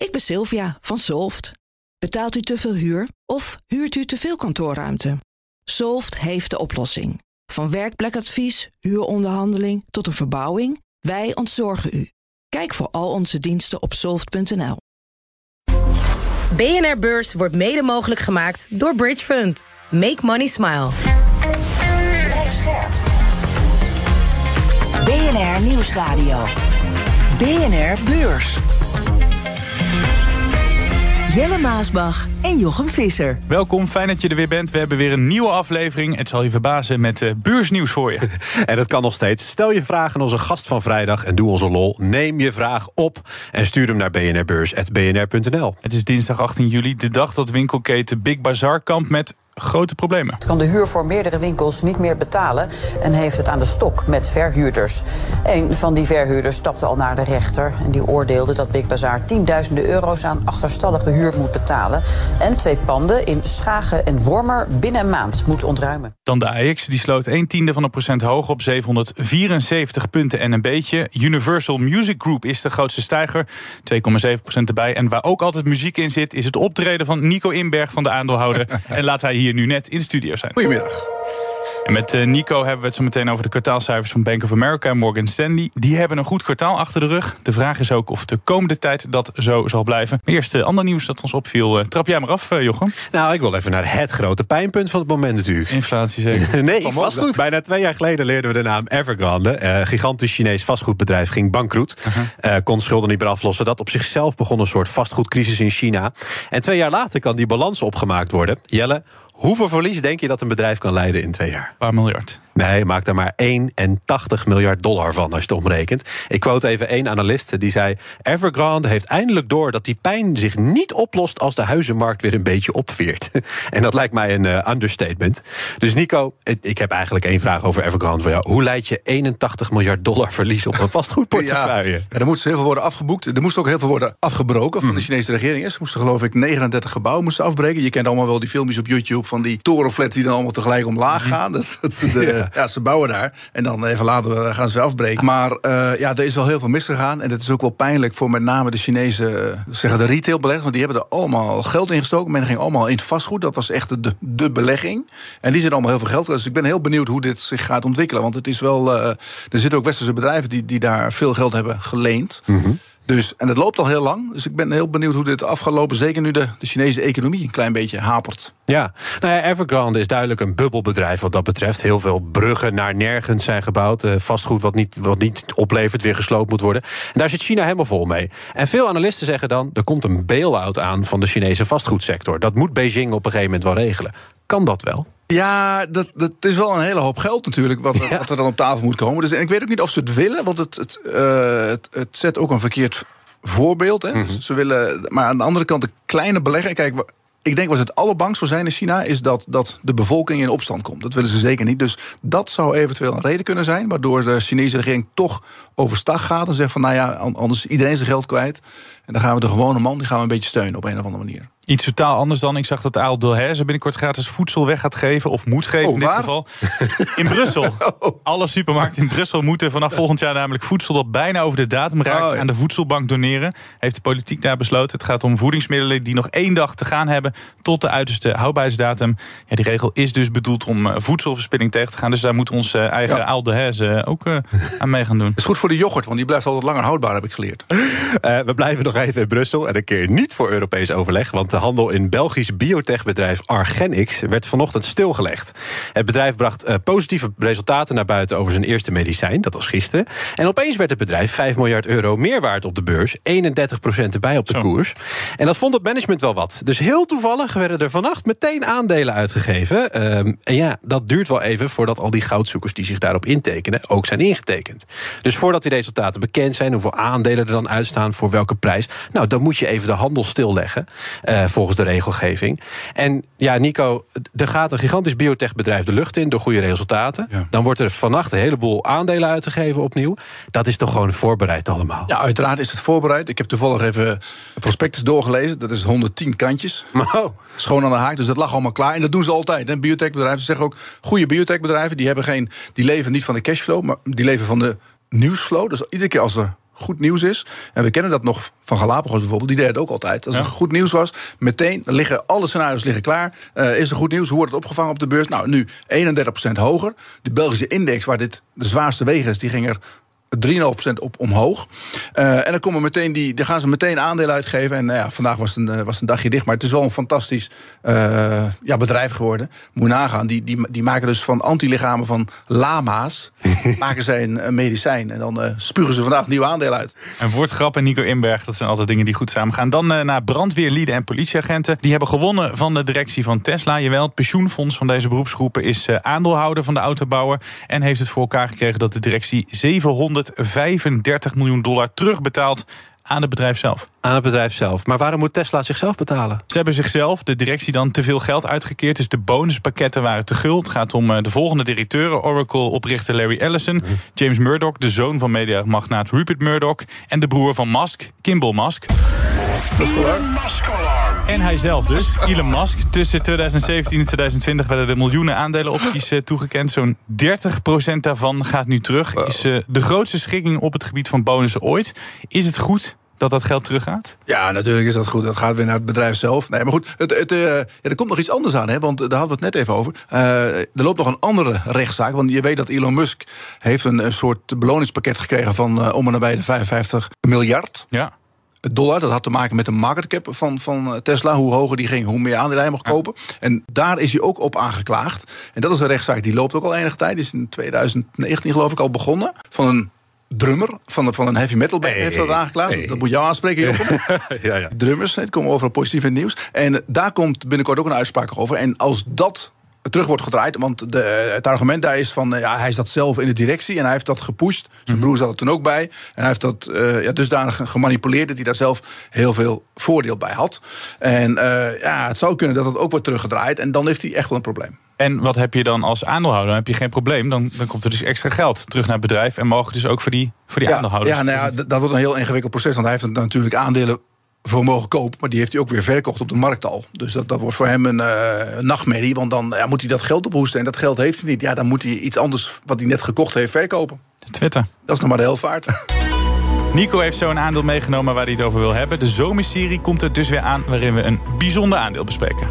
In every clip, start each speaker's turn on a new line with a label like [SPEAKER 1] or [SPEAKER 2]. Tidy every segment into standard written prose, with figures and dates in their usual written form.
[SPEAKER 1] Ik ben Sylvia van Solft. Betaalt u te veel huur of huurt u te veel kantoorruimte? Solft heeft de oplossing. Van werkplekadvies, huuronderhandeling tot een verbouwing, wij ontzorgen u. Kijk voor al onze diensten op soft.nl.
[SPEAKER 2] BNR Beurs wordt mede mogelijk gemaakt door Bridge Fund. Make money smile.
[SPEAKER 3] BNR Nieuwsradio. BNR Beurs. Jelle Maasbach en Jochem Visser.
[SPEAKER 4] Welkom, fijn dat je er weer bent. We hebben weer een nieuwe aflevering. Het zal je verbazen met beursnieuws voor je.
[SPEAKER 5] En dat kan nog steeds. Stel je vraag aan onze gast van vrijdag en doe onze lol. Neem je vraag op en stuur hem naar bnrbeurs@bnr.nl.
[SPEAKER 4] Het is dinsdag 18 juli, de dag dat winkelketen Big Bazaar kampt met grote problemen.
[SPEAKER 6] Het kan de huur voor meerdere winkels niet meer betalen en heeft het aan de stok met verhuurders. Een van die verhuurders stapte al naar de rechter en die oordeelde dat Big Bazaar tienduizenden euro's aan achterstallige huur moet betalen en 2 panden in Schagen en Wormer binnen een maand moet ontruimen.
[SPEAKER 4] Dan de AEX, die sloot 0,1% hoog op 774 punten en een beetje. Universal Music Group is de grootste stijger, 2,7% erbij. En waar ook altijd muziek in zit, is het optreden van Nico Inberg van de aandeelhouder. En laat hij hier nu net in de studio zijn.
[SPEAKER 7] Goedemiddag.
[SPEAKER 4] En met Nico hebben we het zo meteen over de kwartaalcijfers van Bank of America en Morgan Stanley. Die hebben een goed kwartaal achter de rug. De vraag is ook of de komende tijd dat zo zal blijven. Maar eerst ander nieuws dat ons opviel. Trap jij maar af, Jochem?
[SPEAKER 5] Nou, ik wil even naar het grote pijnpunt van het moment natuurlijk.
[SPEAKER 4] Inflatie zeker?
[SPEAKER 5] Nee, vastgoed. Bijna 2 jaar geleden leerden we de naam Evergrande. Gigantisch Chinees vastgoedbedrijf ging bankroet. Kon schulden niet meer aflossen. Dat op zichzelf begon een soort vastgoedcrisis in China. En 2 jaar later kan die balans opgemaakt worden. Jelle, hoeveel verlies denk je dat een bedrijf kan leiden in 2 jaar?
[SPEAKER 4] Een paar miljard.
[SPEAKER 5] Nee, maak daar maar 81 miljard dollar van als je het omrekent. Ik quote even 1 analist die zei: Evergrande heeft eindelijk door dat die pijn zich niet oplost als de huizenmarkt weer een beetje opveert. En dat lijkt mij een understatement. Dus Nico, ik heb eigenlijk 1 vraag over Evergrande voor jou. Hoe leid je 81 miljard dollar verlies op een vastgoedportefeuille?
[SPEAKER 7] Ja, er moest heel veel worden afgeboekt. Er moest ook heel veel worden afgebroken van de Chinese regering. Ze moesten geloof ik 39 gebouwen afbreken. Je kent allemaal wel die filmpjes op YouTube van die torenflats die dan allemaal tegelijk omlaag gaan. Ja, ze bouwen daar en dan even later gaan ze weer afbreken. Maar er is wel heel veel misgegaan. En dat is ook wel pijnlijk voor met name de Chinese, de retailbeleggers. Want die hebben er allemaal geld in gestoken. Men ging allemaal in het vastgoed. Dat was echt de belegging. En die zitten allemaal heel veel geld. Dus ik ben heel benieuwd hoe dit zich gaat ontwikkelen. Want het is wel, er zitten ook westerse bedrijven die daar veel geld hebben geleend. Dus, en het loopt al heel lang. Dus ik ben heel benieuwd hoe dit af gaat lopen. Zeker nu de Chinese economie een klein beetje hapert.
[SPEAKER 5] Ja, nou ja, Evergrande is duidelijk een bubbelbedrijf wat dat betreft. Heel veel bruggen naar nergens zijn gebouwd. Vastgoed wat niet oplevert, weer gesloopt moet worden. En daar zit China helemaal vol mee. En veel analisten zeggen dan, er komt een bail-out aan van de Chinese vastgoedsector. Dat moet Beijing op een gegeven moment wel regelen. Kan dat wel?
[SPEAKER 7] Ja, dat is wel een hele hoop geld natuurlijk wat er dan op tafel moet komen. Dus, en ik weet ook niet of ze het willen, want het zet ook een verkeerd voorbeeld. Hè. Dus ze willen, maar aan de andere kant de kleine belegger. Kijk, ik denk wat het allerbangst voor zijn in China is dat de bevolking in opstand komt. Dat willen ze zeker niet. Dus dat zou eventueel een reden kunnen zijn waardoor de Chinese regering toch overstag gaat en zegt van nou ja, anders is iedereen zijn geld kwijt. En dan gaan we de gewone man die gaan we een beetje steunen op een of andere manier.
[SPEAKER 4] Iets totaal anders dan, ik zag dat Ahold Delhaize binnenkort gratis voedsel weg gaat geven, of moet geven in dit geval. In Brussel. Alle supermarkten in Brussel moeten vanaf volgend jaar namelijk voedsel dat bijna over de datum raakt aan de voedselbank doneren. Heeft de politiek daar besloten. Het gaat om voedingsmiddelen die nog 1 dag te gaan hebben tot de uiterste houdbaarheidsdatum. Ja, die regel is dus bedoeld om voedselverspilling tegen te gaan. Dus daar moet ons eigen Ahold Delhaize ook aan mee gaan doen.
[SPEAKER 7] Dat is goed voor de yoghurt, want die blijft altijd langer houdbaar, heb ik geleerd.
[SPEAKER 5] We blijven nog even in Brussel en een keer niet voor Europees overleg, want de handel in Belgisch biotechbedrijf Argenix werd vanochtend stilgelegd. Het bedrijf bracht positieve resultaten naar buiten over zijn eerste medicijn, dat was gisteren. En opeens werd het bedrijf 5 miljard euro meer waard op de beurs, 31% erbij op de koers. En dat vond het management wel wat. Dus heel toevallig werden er vannacht meteen aandelen uitgegeven. En ja, dat duurt wel even voordat al die goudzoekers die zich daarop intekenen ook zijn ingetekend. Dus voordat die resultaten bekend zijn, hoeveel aandelen er dan uitstaan, voor welke prijs, nou, dan moet je even de handel stilleggen, volgens de regelgeving. En ja, Nico, er gaat een gigantisch biotechbedrijf de lucht in door goede resultaten. Ja. Dan wordt er vannacht een heleboel aandelen uitgegeven opnieuw. Dat is toch gewoon voorbereid allemaal?
[SPEAKER 7] Ja, uiteraard is het voorbereid. Ik heb toevallig even het prospectus doorgelezen. Dat is 110 kantjes. Schoon aan de haak, dus dat lag allemaal klaar. En dat doen ze altijd. En biotechbedrijven, ze zeggen ook, goede biotechbedrijven, die leven niet van de cashflow, maar die leven van de nieuwsflow. Dus iedere keer als er goed nieuws is. En we kennen dat nog van Galapagos bijvoorbeeld. Die deden het ook altijd. Als er goed nieuws was, meteen alle scenario's liggen klaar. Is er goed nieuws? Hoe wordt het opgevangen op de beurs? Nou, nu 31% hoger. De Belgische index, waar dit de zwaarste wegen is, die ging er 3,5% op omhoog. En dan gaan ze meteen aandelen uitgeven. En vandaag was het een dagje dicht. Maar het is wel een fantastisch bedrijf geworden. Moet je nagaan. Die maken dus van antilichamen van lama's maken zij een medicijn. En dan spugen ze vandaag nieuwe aandelen uit.
[SPEAKER 4] En Woordgrap en Nico Inberg, dat zijn altijd dingen die goed samen gaan. Dan naar brandweerlieden en politieagenten. Die hebben gewonnen van de directie van Tesla. Jawel, het pensioenfonds van deze beroepsgroepen is aandeelhouder van de autobouwer. En heeft het voor elkaar gekregen dat de directie $735 miljoen terugbetaalt aan het bedrijf zelf.
[SPEAKER 5] Aan het bedrijf zelf. Maar waarom moet Tesla zichzelf betalen?
[SPEAKER 4] Ze hebben zichzelf, de directie, dan te veel geld uitgekeerd. Dus de bonuspakketten waren te gul. Het gaat om de volgende directeuren. Oracle-oprichter Larry Ellison. James Murdoch, de zoon van mediamagnaat Rupert Murdoch. En de broer van Musk, Kimball Musk. En hij zelf dus, Elon Musk. Tussen 2017 en 2020 werden er miljoenen aandelenopties toegekend. Zo'n 30% daarvan gaat nu terug. Is de grootste schikking op het gebied van bonussen ooit. Is het goed dat geld teruggaat?
[SPEAKER 7] Ja, natuurlijk is dat goed. Dat gaat weer naar het bedrijf zelf. Nee, maar goed, er komt nog iets anders aan. Hè, want daar hadden we het net even over. Er loopt nog een andere rechtszaak. Want je weet dat Elon Musk heeft een soort beloningspakket gekregen van om en nabij de 55 miljard.
[SPEAKER 4] Ja.
[SPEAKER 7] $. Dat had te maken met de market cap van Tesla. Hoe hoger die ging, hoe meer aandelen hij mocht kopen. En daar is hij ook op aangeklaagd. En dat is een rechtszaak die loopt ook al enige tijd. Die is in 2019 geloof ik al begonnen. Van een drummer van een heavy metal band heeft dat aangeklaagd. Nee. Dat moet jou aanspreken, Jochem. Ja. Drummers, het komen overal positief in het nieuws. En daar komt binnenkort ook een uitspraak over. En als dat terug wordt gedraaid, want het argument daar is van hij zat zelf in de directie en hij heeft dat gepusht. Zijn broer zat er toen ook bij. En hij heeft dat dusdanig gemanipuleerd dat hij daar zelf heel veel voordeel bij had. En het zou kunnen dat het ook wordt teruggedraaid. En dan heeft hij echt wel een probleem.
[SPEAKER 4] En wat heb je dan als aandeelhouder? Dan heb je geen probleem. Dan komt er dus extra geld terug naar het bedrijf. En mogelijk dus ook voor die aandeelhouders.
[SPEAKER 7] Ja, dat wordt een heel ingewikkeld proces. Want hij heeft natuurlijk aandelen voor mogen kopen, maar die heeft hij ook weer verkocht op de markt al. Dus dat wordt voor hem een nachtmerrie. Want dan moet hij dat geld ophoesten. En dat geld heeft hij niet. Ja, dan moet hij iets anders wat hij net gekocht heeft verkopen.
[SPEAKER 4] Twitter.
[SPEAKER 7] Dat is nog maar de helft.
[SPEAKER 4] Nico heeft zo een aandeel meegenomen waar hij het over wil hebben. De zomerserie komt er dus weer aan, waarin we een bijzonder aandeel bespreken.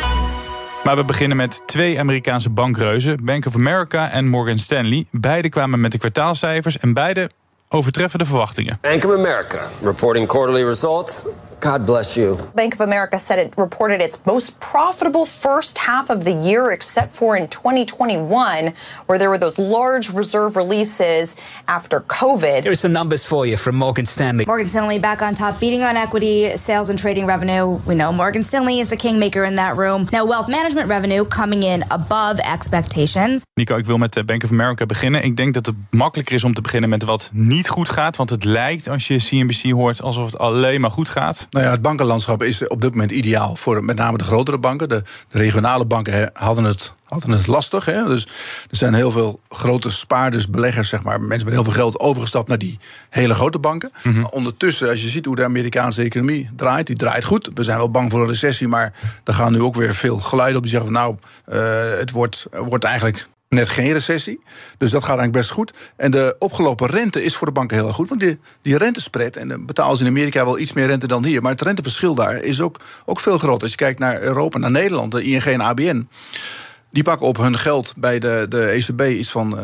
[SPEAKER 4] Maar we beginnen met 2 Amerikaanse bankreuzen, Bank of America en Morgan Stanley. Beide kwamen met de kwartaalcijfers en beide overtreffen de verwachtingen.
[SPEAKER 8] Bank of America reporting quarterly results. God bless you.
[SPEAKER 9] Bank of America said it reported its most profitable first half of the year, except for in 2021, where there were those large reserve releases after COVID.
[SPEAKER 10] Here's some numbers for you from Morgan Stanley.
[SPEAKER 11] Morgan Stanley back on top, beating on equity, sales and trading revenue. We know Morgan Stanley is the kingmaker in that room. Now, wealth management revenue coming in above expectations.
[SPEAKER 4] Nico, ik wil met Bank of America beginnen. Ik denk dat het makkelijker is om te beginnen met wat niet goed gaat. Want het lijkt, als je CNBC hoort, alsof het alleen maar goed gaat.
[SPEAKER 7] Nou ja, het bankenlandschap is op dit moment ideaal voor met name de grotere banken. De regionale banken hadden het lastig. Hè? Dus er zijn heel veel grote spaarders, beleggers, zeg maar, mensen met heel veel geld overgestapt naar die hele grote banken. Mm-hmm. Maar ondertussen, als je ziet hoe de Amerikaanse economie draait, die draait goed. We zijn wel bang voor een recessie, maar er gaan nu ook weer veel geluiden op die zeggen van het wordt eigenlijk net geen recessie. Dus dat gaat eigenlijk best goed. En de opgelopen rente is voor de banken heel erg goed. Want die rentespread, en dan betalen ze in Amerika wel iets meer rente dan hier, maar het renteverschil daar is ook veel groter. Als je kijkt naar Europa, naar Nederland, de ING en ABN, die pakken op hun geld bij de ECB iets van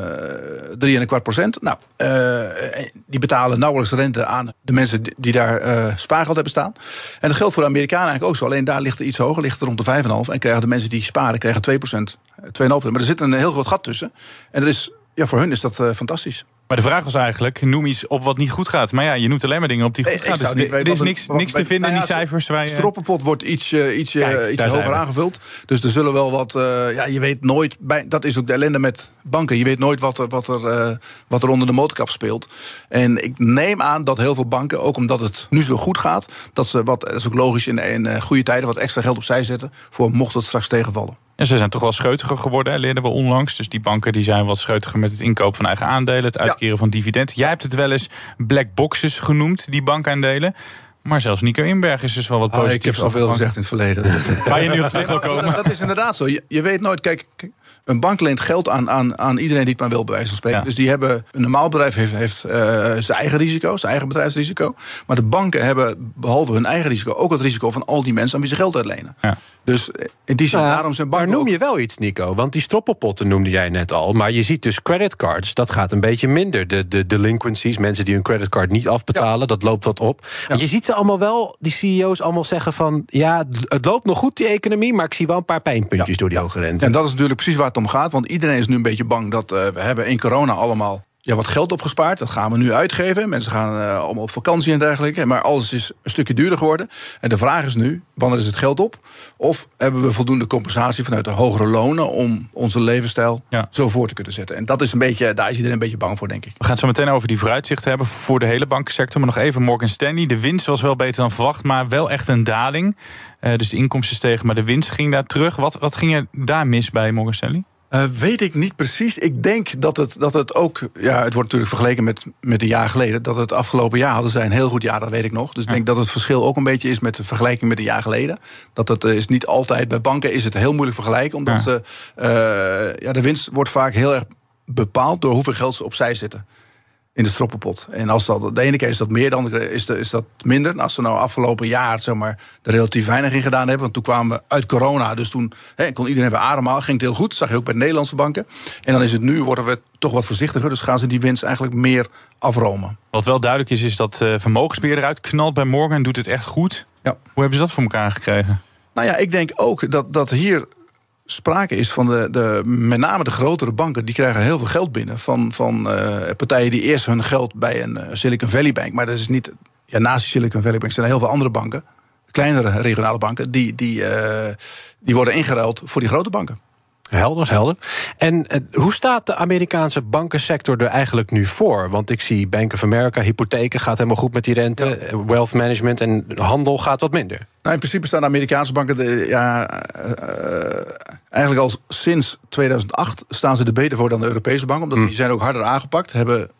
[SPEAKER 7] 3,25%. Nou, die betalen nauwelijks rente aan de mensen die daar spaargeld hebben staan. En dat geldt voor de Amerikanen eigenlijk ook zo. Alleen daar ligt het iets hoger, ligt er rond de 5,5%. En krijgen de mensen die sparen 2%, 2,5%. Maar er zit een heel groot gat tussen. En dat is, voor hun is dat fantastisch.
[SPEAKER 4] Maar de vraag was eigenlijk, noem iets op wat niet goed gaat. Maar ja, je noemt alleen maar dingen op die goed gaan. Dus er is niks te vinden in die cijfers.
[SPEAKER 7] De stroppenpot wordt iets hoger aangevuld. Dus er zullen wel wat. Je weet nooit. Dat is ook de ellende met banken. Je weet nooit wat er onder de motorkap speelt. En ik neem aan dat heel veel banken, ook omdat het nu zo goed gaat, dat is ook logisch in goede tijden, wat extra geld opzij zetten voor mocht het straks tegenvallen.
[SPEAKER 4] En ze zijn toch wel scheutiger geworden, leerden we onlangs. Dus die banken die zijn wat scheutiger met het inkopen van eigen aandelen, het uitkeren van dividend. Jij hebt het wel eens black boxes genoemd, die bankaandelen. Maar zelfs Nico Inberg is dus wel wat positief.
[SPEAKER 7] Ik heb zoveel gezegd in het verleden.
[SPEAKER 4] Waar je nu op terug wil komen.
[SPEAKER 7] Dat is inderdaad zo. Je weet nooit. Kijk, Een bank leent geld aan iedereen die het maar wil, bij wijze van spreken.
[SPEAKER 4] Ja.
[SPEAKER 7] Dus die hebben, een normaal bedrijf heeft zijn eigen risico, zijn eigen bedrijfsrisico. Maar de banken hebben, behalve hun eigen risico, ook het risico van al die mensen aan wie ze geld uitlenen.
[SPEAKER 4] Ja.
[SPEAKER 7] Dus in die zin, daarom zijn banken.
[SPEAKER 5] Maar noem je wel iets, Nico? Want die stroppenpotten noemde jij net al. Maar je ziet dus creditcards, dat gaat een beetje minder. De delinquencies, mensen die hun creditcard niet afbetalen, dat loopt wat op. Want je ziet ze allemaal wel, die CEO's allemaal zeggen van, ja, het loopt nog goed, die economie, maar ik zie wel een paar pijnpuntjes door die hoge rente.
[SPEAKER 7] En dat is natuurlijk precies waar het om gaat. Want iedereen is nu een beetje bang dat we hebben in corona allemaal wat geld opgespaard. Dat gaan we nu uitgeven. Mensen gaan allemaal op vakantie en dergelijke. Maar alles is een stukje duurder geworden. En de vraag is nu, wanneer is het geld op? Of hebben we voldoende compensatie vanuit de hogere lonen om onze levensstijl zo voor te kunnen zetten? En dat is een beetje, daar is iedereen een beetje bang voor, denk ik.
[SPEAKER 4] We gaan het zo meteen over die vooruitzichten hebben voor de hele bankensector. Maar nog even Morgan Stanley. De winst was wel beter dan verwacht, maar wel echt een daling. Dus de inkomsten stegen, maar de winst ging daar terug. Wat ging er daar mis bij Morgan Stanley?
[SPEAKER 7] Weet ik niet precies. Ik denk dat het ook, het wordt natuurlijk vergeleken met een jaar geleden, dat het afgelopen jaar hadden zij een heel goed jaar, dat weet ik nog. Dus ik denk dat het verschil ook een beetje is met de vergelijking met een jaar geleden. Dat het is niet altijd, bij banken is het heel moeilijk vergelijken, omdat de winst wordt vaak heel erg bepaald door hoeveel geld ze opzij zetten in de stroppenpot. En als dat de ene keer is dat meer, dan is dat minder. En als ze nou afgelopen jaar er relatief weinig in gedaan hebben, want toen kwamen we uit corona, dus toen kon iedereen weer ademhalen, ging het heel goed. Dat zag je ook bij de Nederlandse banken. En dan is het nu, worden we toch wat voorzichtiger, dus gaan ze die winst eigenlijk meer afromen.
[SPEAKER 4] Wat wel duidelijk is dat vermogensbeheer eruit knalt bij Morgan en doet het echt goed.
[SPEAKER 7] Ja.
[SPEAKER 4] Hoe hebben ze dat voor elkaar gekregen?
[SPEAKER 7] Nou ja, ik denk ook dat hier sprake is van met name de grotere banken, die krijgen heel veel geld binnen van partijen die eerst hun geld bij een Silicon Valley Bank, maar dat is niet, naast de Silicon Valley Bank zijn er heel veel andere banken, kleinere regionale banken, die worden ingeruild voor die grote banken.
[SPEAKER 5] Helder. En hoe staat de Amerikaanse bankensector er eigenlijk nu voor? Want ik zie Bank of America, hypotheken gaat helemaal goed met die rente. Ja. Wealth management en handel gaat wat minder.
[SPEAKER 7] Nou, in principe staan de Amerikaanse banken eigenlijk al sinds 2008 staan ze er beter voor dan de Europese banken. Omdat die zijn ook harder aangepakt, hebben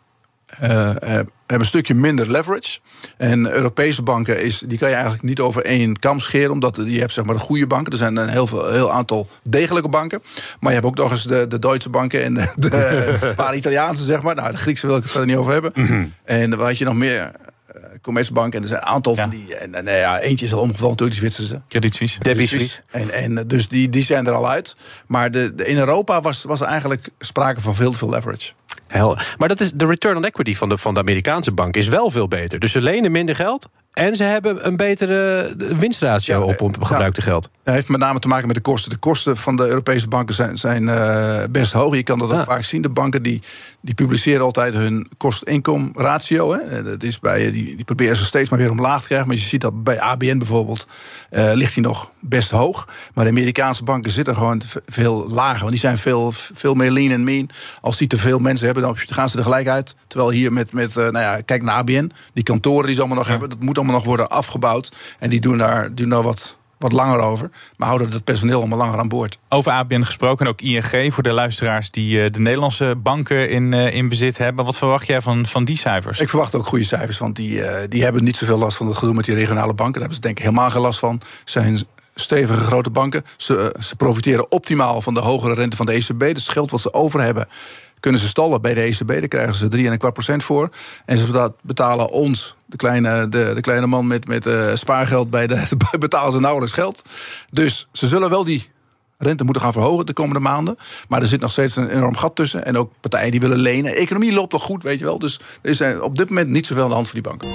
[SPEAKER 7] een stukje minder leverage. En Europese banken, die kan je eigenlijk niet over één kam scheren, omdat je hebt zeg maar de goede banken. Er zijn een heel aantal degelijke banken. Maar je hebt ook nog eens de Duitse banken en de paar Italiaanse, zeg maar. Nou, de Griekse wil ik het verder niet over hebben. Mm-hmm. En wat had je nog meer? Commerzbank, en er zijn een aantal van die. Eentje is al omgevallen, natuurlijk die Zwitserse.
[SPEAKER 4] Credit Suisse.
[SPEAKER 7] En dus die zijn er al uit. Maar in Europa was er eigenlijk sprake van veel te veel leverage.
[SPEAKER 5] Maar dat is de return on equity van de Amerikaanse bank is wel veel beter. Dus ze lenen minder geld en ze hebben een betere winstratio op gebruikte geld.
[SPEAKER 7] Dat heeft met name te maken met de kosten. De kosten van de Europese banken zijn best hoog. Je kan dat ook vaak zien. De banken die publiceren altijd hun kost-income ratio. Hè. Dat is die proberen ze steeds maar weer omlaag te krijgen. Maar je ziet dat bij ABN bijvoorbeeld ligt die nog best hoog. Maar de Amerikaanse banken zitten gewoon veel lager. Want die zijn veel meer lean en mean. Als die te veel mensen hebben, dan gaan ze er gelijk uit. Terwijl hier kijk naar ABN. Die kantoren die ze allemaal nog hebben, dat moet allemaal nog worden afgebouwd. En die doen daar wat langer over. Maar houden het personeel allemaal langer aan boord.
[SPEAKER 4] Over ABN gesproken en ook ING voor de luisteraars die de Nederlandse banken in bezit hebben. Wat verwacht jij van die cijfers?
[SPEAKER 7] Ik verwacht ook goede cijfers, want die hebben niet zoveel last van het gedoe met die regionale banken. Daar hebben ze denk ik helemaal geen last van. Zijn stevige grote banken. Ze profiteren optimaal van de hogere rente van de ECB. Dus het geld wat ze over hebben kunnen ze stallen bij de ECB. Daar krijgen ze 3,25% voor. En ze betalen ons, de kleine man met spaargeld, betalen ze nauwelijks geld. Dus ze zullen wel die rente moeten gaan verhogen de komende maanden. Maar er zit nog steeds een enorm gat tussen. En ook partijen die willen lenen. Economie loopt nog goed, weet je wel. Dus er is op dit moment niet zoveel aan de hand voor die banken.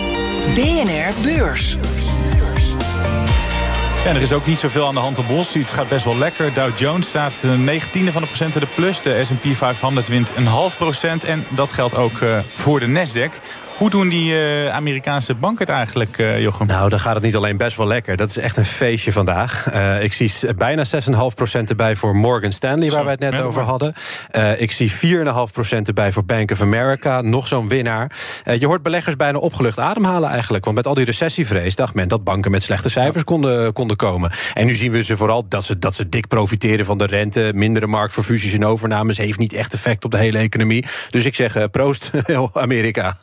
[SPEAKER 3] BNR Beurs.
[SPEAKER 4] Ja, er is ook niet zoveel aan de hand op Wall Street. Het gaat best wel lekker. Dow Jones staat 0,9% in de plus. De S&P 500 wint 0,5%. En dat geldt ook voor de Nasdaq. Hoe doen die Amerikaanse banken het eigenlijk, Jochem?
[SPEAKER 5] Nou, dan gaat het niet alleen best wel lekker. Dat is echt een feestje vandaag. Ik zie bijna 6,5% erbij voor Morgan Stanley, waar we het net over hadden. Ik zie 4,5% erbij voor Bank of America. Nog zo'n winnaar. Je hoort beleggers bijna opgelucht ademhalen eigenlijk. Want met al die recessievrees dacht men dat banken met slechte cijfers konden komen. En nu zien we ze vooral dat ze dik profiteren van de rente. Mindere markt voor fusies en overnames heeft niet echt effect op de hele economie. Dus ik zeg proost, Amerika.
[SPEAKER 4] Ja, en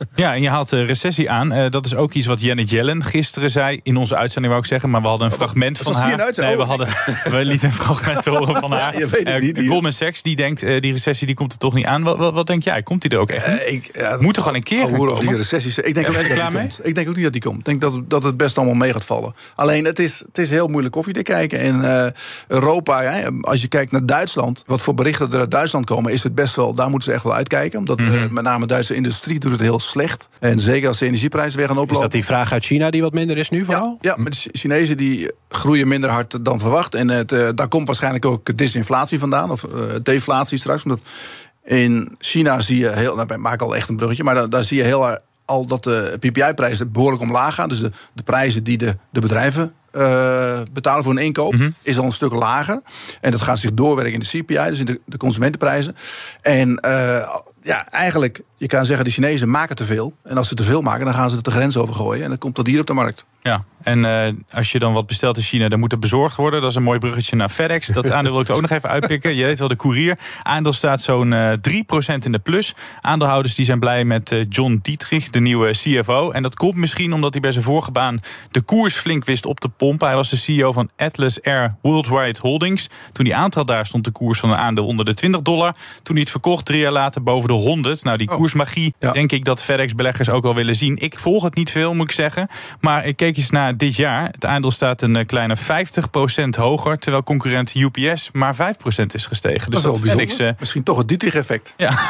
[SPEAKER 4] je haalt de recessie aan. Dat is ook iets wat Janet Yellen gisteren zei. In onze uitzending wou ik zeggen. Maar we hadden een fragment van haar. We lieten een fragment horen van haar.
[SPEAKER 7] Je weet het niet,
[SPEAKER 4] Goldman Sachs die denkt, die recessie die komt er toch niet aan. Wat denk jij? Komt die er ook echt? Moet er gewoon een keer gaan komen?
[SPEAKER 7] Die recessies, ik denk ook niet dat die komt. Ik denk ook niet dat die komt. Ik denk dat het best allemaal mee gaat vallen. Alleen het is heel moeilijk koffie te kijken. In Europa, als je kijkt naar Duitsland, wat voor berichten er uit Duitsland komen, is het best wel, daar moeten ze echt wel uitkijken. Omdat met name de Duitse industrie doet het heel slecht. En zeker als de energieprijzen weer gaan oplopen.
[SPEAKER 5] Is dat die vraag uit China die wat minder is nu vooral?
[SPEAKER 7] Ja, maar de Chinezen die groeien minder hard dan verwacht. En daar komt waarschijnlijk ook disinflatie vandaan. Of deflatie straks. Omdat in China zie je heel, ik maak al echt een bruggetje, maar daar zie je heel al dat de PPI-prijzen behoorlijk omlaag gaan. Dus de prijzen die de bedrijven betalen voor een inkoop is al een stuk lager. En dat gaat zich doorwerken in de CPI, dus in de consumentenprijzen. En eigenlijk, je kan zeggen, de Chinezen maken te veel. En als ze te veel maken, dan gaan ze het de grens overgooien. En dan komt dat hier op de markt.
[SPEAKER 4] Ja, en als je dan wat bestelt in China, dan moet het bezorgd worden. Dat is een mooi bruggetje naar FedEx. Dat aandeel wil ik er ook nog even uitpikken. Je weet wel, de Courier. Aandeel staat zo'n 3% in de plus. Aandeelhouders die zijn blij met John Dietrich, de nieuwe CFO. En dat komt misschien omdat hij bij zijn vorige baan de koers flink wist op te pompen. Hij was de CEO van Atlas Air Worldwide Holdings. Toen hij aantrad, daar stond de koers van een aandeel onder de $20. Toen hij het verkocht, 3 jaar later boven de 100. Nou, die koersmagie, denk ik dat FedEx-beleggers ook wel willen zien. Ik volg het niet veel, moet ik zeggen. Maar ik keek eens naar dit jaar. Het aandeel staat een kleine 50% hoger, terwijl concurrent UPS maar 5% is gestegen.
[SPEAKER 7] Dus dat is wel bijzonder. Misschien toch het Dietrich-effect.
[SPEAKER 4] Ja.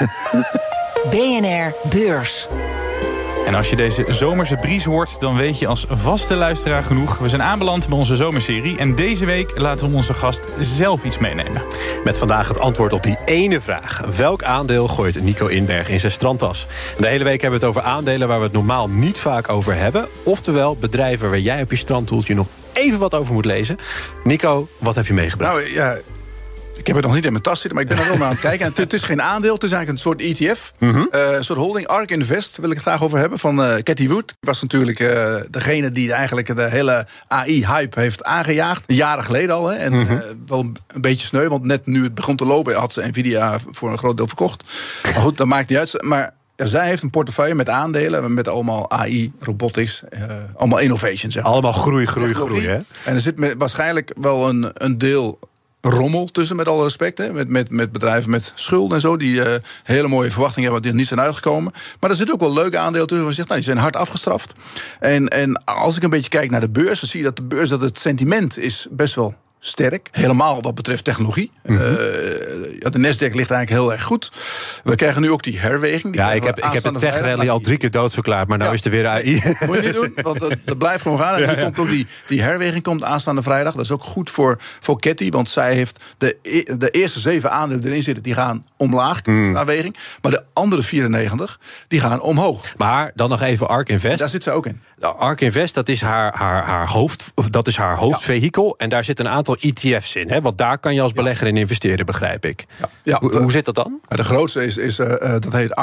[SPEAKER 3] BNR Beurs.
[SPEAKER 4] En als je deze zomerse bries hoort, dan weet je als vaste luisteraar genoeg. We zijn aanbeland bij onze zomerserie. En deze week laten we onze gast zelf iets meenemen.
[SPEAKER 5] Met vandaag het antwoord op die ene vraag. Welk aandeel gooit Nico Inberg in zijn strandtas? En de hele week hebben we het over aandelen waar we het normaal niet vaak over hebben. Oftewel bedrijven waar jij op je strandtoeltje nog even wat over moet lezen. Nico, wat heb je meegebracht?
[SPEAKER 7] Nou ja, ik heb het nog niet in mijn tas zitten, maar ik ben er wel naar aan het kijken. En het is geen aandeel, het is eigenlijk een soort ETF. Een soort holding. ARK Invest wil ik het graag over hebben, van Cathie Wood. Die was natuurlijk degene die eigenlijk de hele AI-hype heeft aangejaagd. Jaren geleden al. Hè. En wel een beetje sneu, want net nu het begon te lopen had ze Nvidia voor een groot deel verkocht. Maar goed, dat maakt niet uit. Maar zij heeft een portefeuille met aandelen, met allemaal AI, robotics, allemaal innovation. Zeg maar.
[SPEAKER 5] Allemaal groei, hè?
[SPEAKER 7] En er zit waarschijnlijk wel een deel rommel tussen, met alle respect. Hè, met bedrijven met schulden en zo, die hele mooie verwachtingen hebben die er niet zijn uitgekomen. Maar er zit ook wel leuke aandelen tussen. Waar je zegt, die zijn hard afgestraft. En als ik een beetje kijk naar de beurs, dan zie je dat de beurs, dat het sentiment is best wel sterk. Helemaal wat betreft technologie. De Nasdaq ligt eigenlijk heel erg goed. We krijgen nu ook die herweging.
[SPEAKER 5] Ik heb het tech-rally al 3 keer doodverklaard, maar nou is er weer AI.
[SPEAKER 7] Moet je niet doen, want dat blijft gewoon gaan. En nu komt ook die herweging komt aanstaande vrijdag. Dat is ook goed voor Cathie, want zij heeft de eerste 7 aandelen erin zitten, die gaan omlaag, herweging. Maar de andere 94, die gaan omhoog.
[SPEAKER 5] Maar dan nog even ARK Invest.
[SPEAKER 7] Daar zit zij ook in.
[SPEAKER 5] ARK Invest, dat is haar hoofdvehikel. En daar zit een aantal ETF's in. Hè? Want daar kan je als belegger in investeren, begrijp ik. Ja. Hoe zit dat dan?
[SPEAKER 7] De grootste is dat heet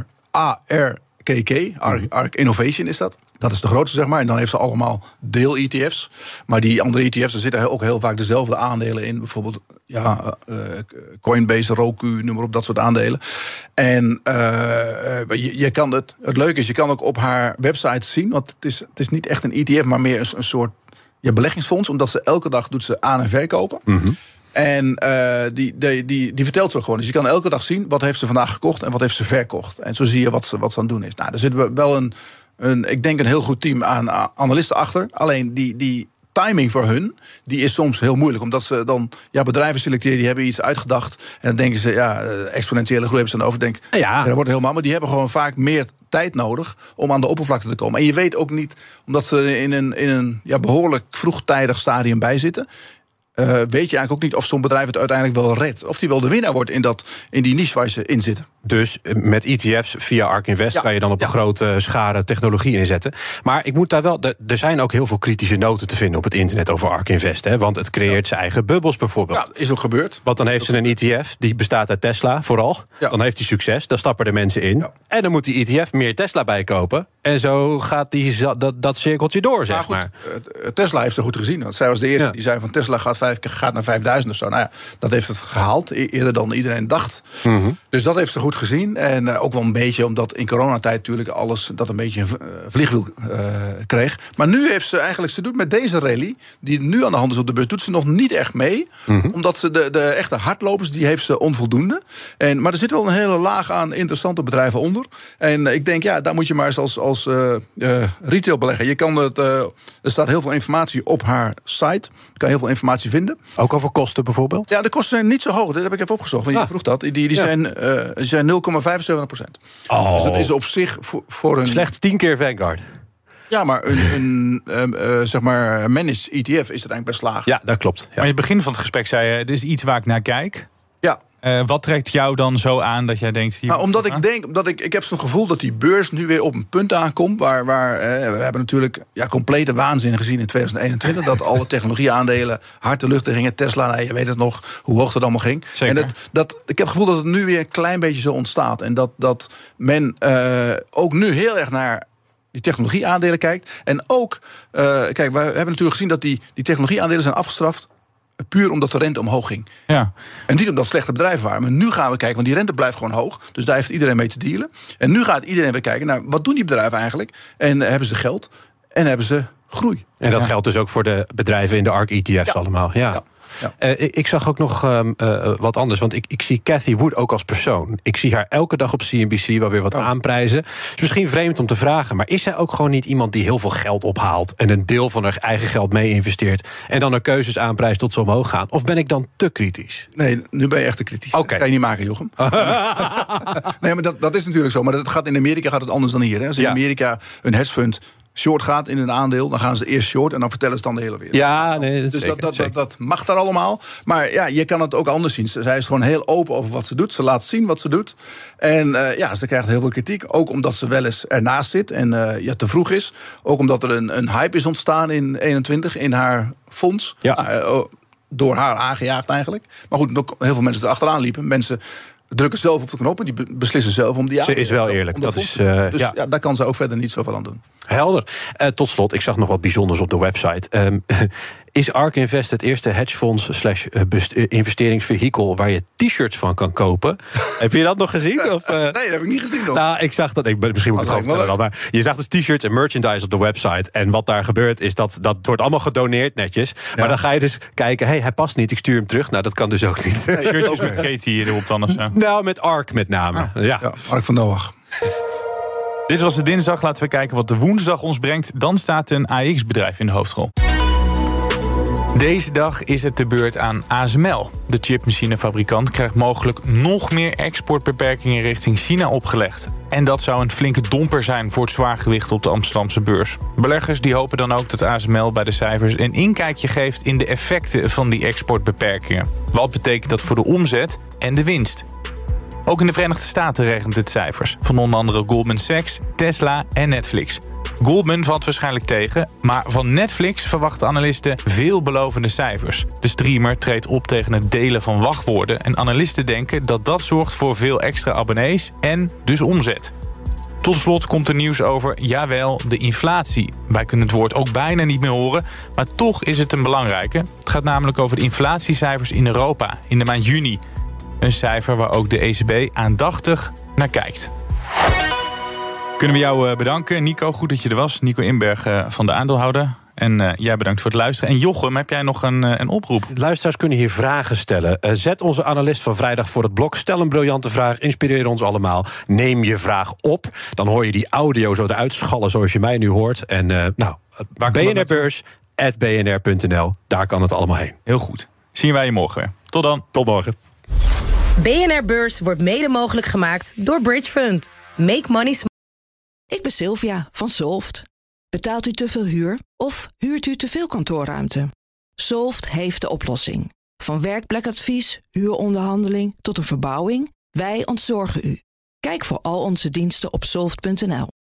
[SPEAKER 7] ARKK. ARK Innovation is dat. Dat is de grootste, zeg maar. En dan heeft ze allemaal deel-ETF's. Maar die andere ETF's, daar zitten ook heel vaak dezelfde aandelen in. Bijvoorbeeld Coinbase, Roku, noem maar op, dat soort aandelen. En je kan het leuke is, je kan ook op haar website zien, want het is niet echt een ETF, maar meer een soort beleggingsfonds, omdat ze elke dag doet ze aan- en verkopen. En die vertelt ze ook gewoon. Dus je kan elke dag zien wat heeft ze vandaag gekocht en wat heeft ze verkocht. En zo zie je wat ze aan het doen is. Nou, er zit wel ik denk een heel goed team aan analisten achter. Alleen die timing voor hun, die is soms heel moeilijk. Omdat ze dan bedrijven selecteren, die hebben iets uitgedacht. En dan denken ze, exponentiële groei hebben ze dan over. Dat wordt helemaal. Maar die hebben gewoon vaak meer tijd nodig om aan de oppervlakte te komen. En je weet ook niet, omdat ze in een behoorlijk vroegtijdig stadium bij zitten, weet je eigenlijk ook niet of zo'n bedrijf het uiteindelijk wel redt. Of die wel de winnaar wordt in die niche waar ze in zitten.
[SPEAKER 5] Dus met ETF's via ARK Invest kan je dan op een grote schare technologie inzetten. Maar ik moet daar wel. Er zijn ook heel veel kritische noten te vinden op het internet over ARK Invest. Hè, want het creëert zijn eigen bubbels bijvoorbeeld.
[SPEAKER 7] Ja, is ook gebeurd.
[SPEAKER 5] Want dan heeft ze een ETF, die bestaat uit Tesla vooral. Ja. Dan heeft hij succes, dan stappen er mensen in. Ja. En dan moet die ETF meer Tesla bijkopen. En zo gaat dat cirkeltje door, zeg maar.
[SPEAKER 7] Tesla heeft ze goed gezien. Want zij was de eerste die zei van Tesla gaat naar 5000 of zo. Nou ja, dat heeft het gehaald, eerder dan iedereen dacht. Dus dat heeft ze goed goed gezien. En ook wel een beetje omdat in coronatijd natuurlijk alles dat een beetje een vliegwiel kreeg. Maar nu heeft ze eigenlijk, ze doet met deze rally, die nu aan de hand is op de beurs, doet ze nog niet echt mee. Omdat ze de echte hardlopers, die heeft ze onvoldoende. Maar er zit wel een hele laag aan interessante bedrijven onder. En ik denk, daar moet je maar eens als retailbelegger. Je kan er staat heel veel informatie op haar site. Je kan heel veel informatie vinden.
[SPEAKER 5] Ook over kosten bijvoorbeeld?
[SPEAKER 7] Ja, de kosten zijn niet zo hoog. Dat heb ik even opgezocht, want je vroeg dat. Die zijn 0,75%.
[SPEAKER 5] Oh.
[SPEAKER 7] Dus dat is op zich voor een...
[SPEAKER 5] Slechts 10 keer Vanguard.
[SPEAKER 7] Ja, maar een zeg maar managed ETF is er eigenlijk best laag.
[SPEAKER 5] Ja, dat klopt. Ja.
[SPEAKER 4] Maar in het begin van het gesprek zei je, dit is iets waar ik naar kijk.
[SPEAKER 7] Ja.
[SPEAKER 4] Wat trekt jou dan zo aan dat jij denkt...
[SPEAKER 7] omdat ik denk, ik heb zo'n gevoel dat die beurs nu weer op een punt aankomt... waar we hebben natuurlijk complete waanzin gezien in 2021... dat alle technologieaandelen hard de lucht in gingen. Tesla, je weet het nog, hoe hoog dat allemaal ging.
[SPEAKER 4] Zeker.
[SPEAKER 7] En ik heb het gevoel dat het nu weer een klein beetje zo ontstaat. En dat men ook nu heel erg naar die technologieaandelen kijkt. En ook, kijk, we hebben natuurlijk gezien dat die technologieaandelen zijn afgestraft... puur omdat de rente omhoog ging.
[SPEAKER 4] Ja.
[SPEAKER 7] En niet omdat slechte bedrijven waren. Maar nu gaan we kijken, want die rente blijft gewoon hoog. Dus daar heeft iedereen mee te dealen. En nu gaat iedereen weer kijken naar wat doen die bedrijven eigenlijk? En hebben ze geld? En hebben ze groei?
[SPEAKER 5] En dat geldt dus ook voor de bedrijven in de ARK-ETF's allemaal. Ja. Ik zag ook nog wat anders, want ik zie Cathie Wood ook als persoon. Ik zie haar elke dag op CNBC wel weer wat aanprijzen. Het is misschien vreemd om te vragen, maar is zij ook gewoon niet iemand die heel veel geld ophaalt en een deel van haar eigen geld mee investeert en dan haar keuzes aanprijst tot ze omhoog gaan? Of ben ik dan te kritisch?
[SPEAKER 7] Nee, nu ben je echt te kritisch.
[SPEAKER 5] Okay.
[SPEAKER 7] Dat kan je niet maken, Jochem. Nee, maar dat is natuurlijk zo. Maar in Amerika gaat het anders dan hier. Hè. Als in Amerika een hedgefund short gaat in een aandeel, dan gaan ze eerst short en dan vertellen ze het dan de hele wereld.
[SPEAKER 5] Ja, nee,
[SPEAKER 7] dus dat mag daar allemaal. Maar ja, je kan het ook anders zien. Zij is gewoon heel open over wat ze doet. Ze laat zien wat ze doet. En ze krijgt heel veel kritiek. Ook omdat ze wel eens ernaast zit en te vroeg is. Ook omdat er een hype is ontstaan in 2021 in haar fonds. Ja. Door haar aangejaagd eigenlijk. Maar goed, ook heel veel mensen erachteraan liepen. Mensen drukken zelf op de knop en die beslissen zelf om die aan.
[SPEAKER 5] Ze is wel eerlijk.
[SPEAKER 7] Dus daar kan ze ook verder niet zoveel aan doen.
[SPEAKER 5] Helder. Tot slot, ik zag nog wat bijzonders op de website. Is ARK Invest het eerste hedgefonds/investeringsvehikel waar je t-shirts van kan kopen? Heb je dat nog gezien? Of,
[SPEAKER 7] nee, dat heb ik niet gezien nog.
[SPEAKER 5] Nou, ik zag dat. Misschien moet ik het gewoon vertellen. Maar je zag dus t-shirts en merchandise op de website. En wat daar gebeurt is dat wordt allemaal gedoneerd netjes. Maar dan ga je dus kijken, hij past niet, ik stuur hem terug. Nou, dat kan dus ook niet.
[SPEAKER 4] Nee, shirtjes met Katie erop dan of zo?
[SPEAKER 5] Nou, met ARK met name. Ja,
[SPEAKER 7] ARK van Noach.
[SPEAKER 4] Dit was de dinsdag. Laten we kijken wat de woensdag ons brengt. Dan staat een AX-bedrijf in de hoofdrol. Deze dag is het de beurt aan ASML. De chipmachinefabrikant krijgt mogelijk nog meer exportbeperkingen richting China opgelegd. En dat zou een flinke domper zijn voor het zwaargewicht op de Amsterdamse beurs. Beleggers die hopen dan ook dat ASML bij de cijfers een inkijkje geeft in de effecten van die exportbeperkingen. Wat betekent dat voor de omzet en de winst? Ook in de Verenigde Staten regent het cijfers. Van onder andere Goldman Sachs, Tesla en Netflix. Goldman valt waarschijnlijk tegen, maar van Netflix verwachten analisten veelbelovende cijfers. De streamer treedt op tegen het delen van wachtwoorden en analisten denken dat dat zorgt voor veel extra abonnees en dus omzet. Tot slot komt er nieuws over, jawel, de inflatie. Wij kunnen het woord ook bijna niet meer horen, maar toch is het een belangrijke. Het gaat namelijk over de inflatiecijfers in Europa in de maand juni. Een cijfer waar ook de ECB aandachtig naar kijkt. Kunnen we jou bedanken. Nico, goed dat je er was. Nico Inberg van de Aandeelhouder. En jij bedankt voor het luisteren. En Jochem, heb jij nog een oproep?
[SPEAKER 5] Luisteraars kunnen hier vragen stellen. Zet onze analist van vrijdag voor het blok. Stel een briljante vraag. Inspireer ons allemaal. Neem je vraag op. Dan hoor je die audio zo eruit schallen zoals je mij nu hoort. En BNRbeurs@bnr.nl. Daar kan het allemaal heen.
[SPEAKER 4] Heel goed. Zien wij je morgen weer. Tot dan.
[SPEAKER 5] Tot morgen.
[SPEAKER 2] BNR Beurs wordt mede mogelijk gemaakt door Bridge Fund. Make money smart.
[SPEAKER 1] Ik ben Sylvia van Solft. Betaalt u te veel huur of huurt u te veel kantoorruimte? Solft heeft de oplossing. Van werkplekadvies, huuronderhandeling tot een verbouwing, wij ontzorgen u. Kijk voor al onze diensten op soft.nl.